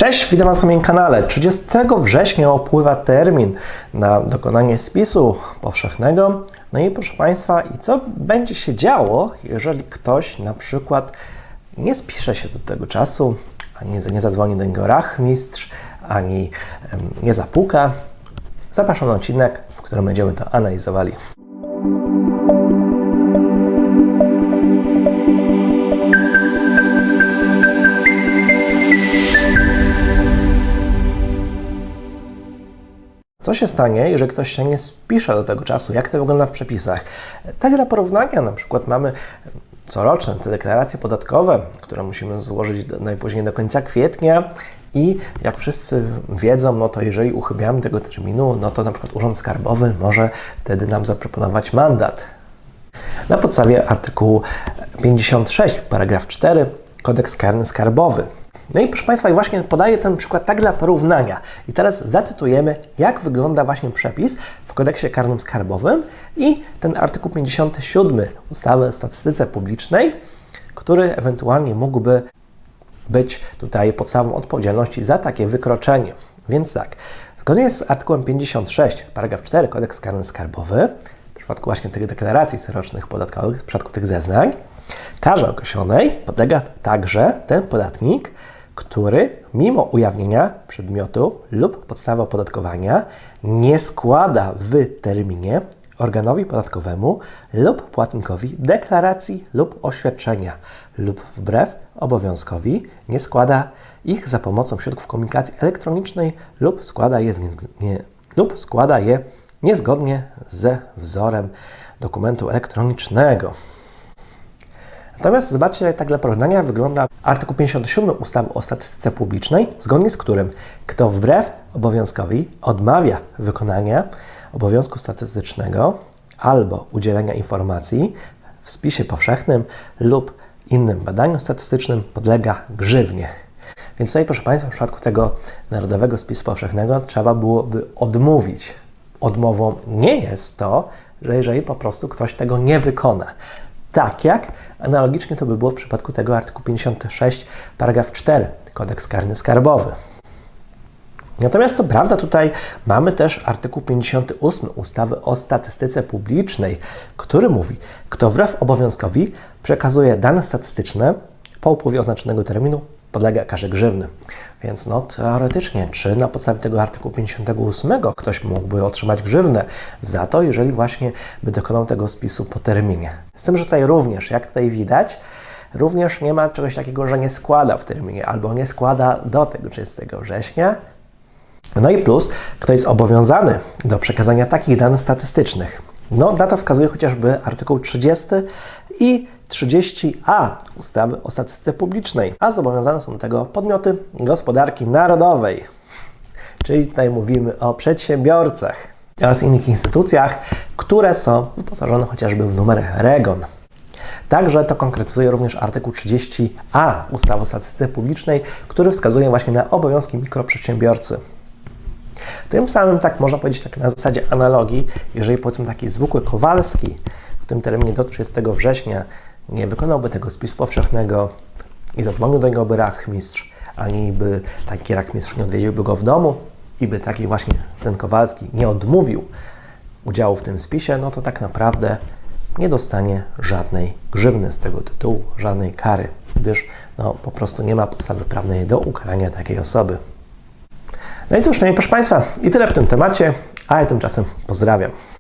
Cześć, witam Was na moim kanale. 30 września upływa termin na dokonanie spisu powszechnego. No i proszę Państwa, i co będzie się działo, jeżeli ktoś na przykład nie spisze się do tego czasu, ani nie zadzwoni do niego rachmistrz, ani nie zapuka? Zapraszam na odcinek, w którym będziemy to analizowali. Co się stanie, jeżeli ktoś się nie spisze do tego czasu? Jak to wygląda w przepisach? Tak dla porównania, na przykład mamy coroczne te deklaracje podatkowe, które musimy złożyć najpóźniej do końca kwietnia i jak wszyscy wiedzą, no to jeżeli uchybiamy tego terminu, no to na przykład Urząd Skarbowy może wtedy nam zaproponować mandat. Na podstawie artykułu 56, paragraf 4, Kodeks karny skarbowy. No i proszę Państwa, właśnie podaję ten przykład tak dla porównania. I teraz zacytujemy, jak wygląda właśnie przepis w Kodeksie karnym skarbowym i ten artykuł 57 ustawy o statystyce publicznej, który ewentualnie mógłby być tutaj podstawą odpowiedzialności za takie wykroczenie. Więc tak, zgodnie z artykułem 56, paragraf 4 Kodeks karny skarbowy, w przypadku właśnie tych deklaracji corocznych podatkowych, w przypadku tych zeznań, karze określonej podlega także ten podatnik, który mimo ujawnienia przedmiotu lub podstawy opodatkowania nie składa w terminie organowi podatkowemu lub płatnikowi deklaracji lub oświadczenia lub wbrew obowiązkowi nie składa ich za pomocą środków komunikacji elektronicznej lub składa je niezgodnie ze wzorem dokumentu elektronicznego. Natomiast zobaczcie, jak tak dla porównania wygląda artykuł 57 ustawy o statystyce publicznej, zgodnie z którym kto wbrew obowiązkowi odmawia wykonania obowiązku statystycznego albo udzielenia informacji w spisie powszechnym lub innym badaniu statystycznym podlega grzywnie. Więc tutaj, proszę Państwa, w przypadku tego Narodowego Spisu Powszechnego trzeba byłoby odmówić. Odmową nie jest to, że jeżeli po prostu ktoś tego nie wykona. Tak jak analogicznie to by było w przypadku tego artykułu 56, paragraf 4, Kodeks karny skarbowy. Natomiast co prawda tutaj mamy też artykuł 58 ustawy o statystyce publicznej, który mówi, kto wbrew obowiązkowi przekazuje dane statystyczne po upływie oznaczonego terminu, podlega karze grzywny. Więc no teoretycznie, czy na podstawie tego artykułu 58 ktoś mógłby otrzymać grzywnę za to, jeżeli właśnie by dokonał tego spisu po terminie. Z tym, że tutaj również, jak tutaj widać, również nie ma czegoś takiego, że nie składa w terminie albo nie składa do tego 30 września. No i plus, kto jest obowiązany do przekazania takich danych statystycznych. No na to wskazuje chociażby artykuł 30 i 30a ustawy o statystyce publicznej, a zobowiązane są do tego podmioty gospodarki narodowej. Czyli tutaj mówimy o przedsiębiorcach oraz innych instytucjach, które są wyposażone chociażby w numer REGON. Także to konkretyzuje również artykuł 30a ustawy o statystyce publicznej, który wskazuje właśnie na obowiązki mikroprzedsiębiorcy. Tym samym, tak można powiedzieć, tak na zasadzie analogii, jeżeli powiedzmy taki zwykły Kowalski w tym terminie do 30 września nie wykonałby tego spisu powszechnego i zadzwonił do niego by rachmistrz, ani by taki rachmistrz nie odwiedziłby go w domu i by taki właśnie ten Kowalski nie odmówił udziału w tym spisie, no to tak naprawdę nie dostanie żadnej grzywny z tego tytułu, żadnej kary, gdyż no, po prostu nie ma podstawy prawnej do ukarania takiej osoby. No i cóż, no i proszę Państwa, i tyle w tym temacie, a ja tymczasem pozdrawiam.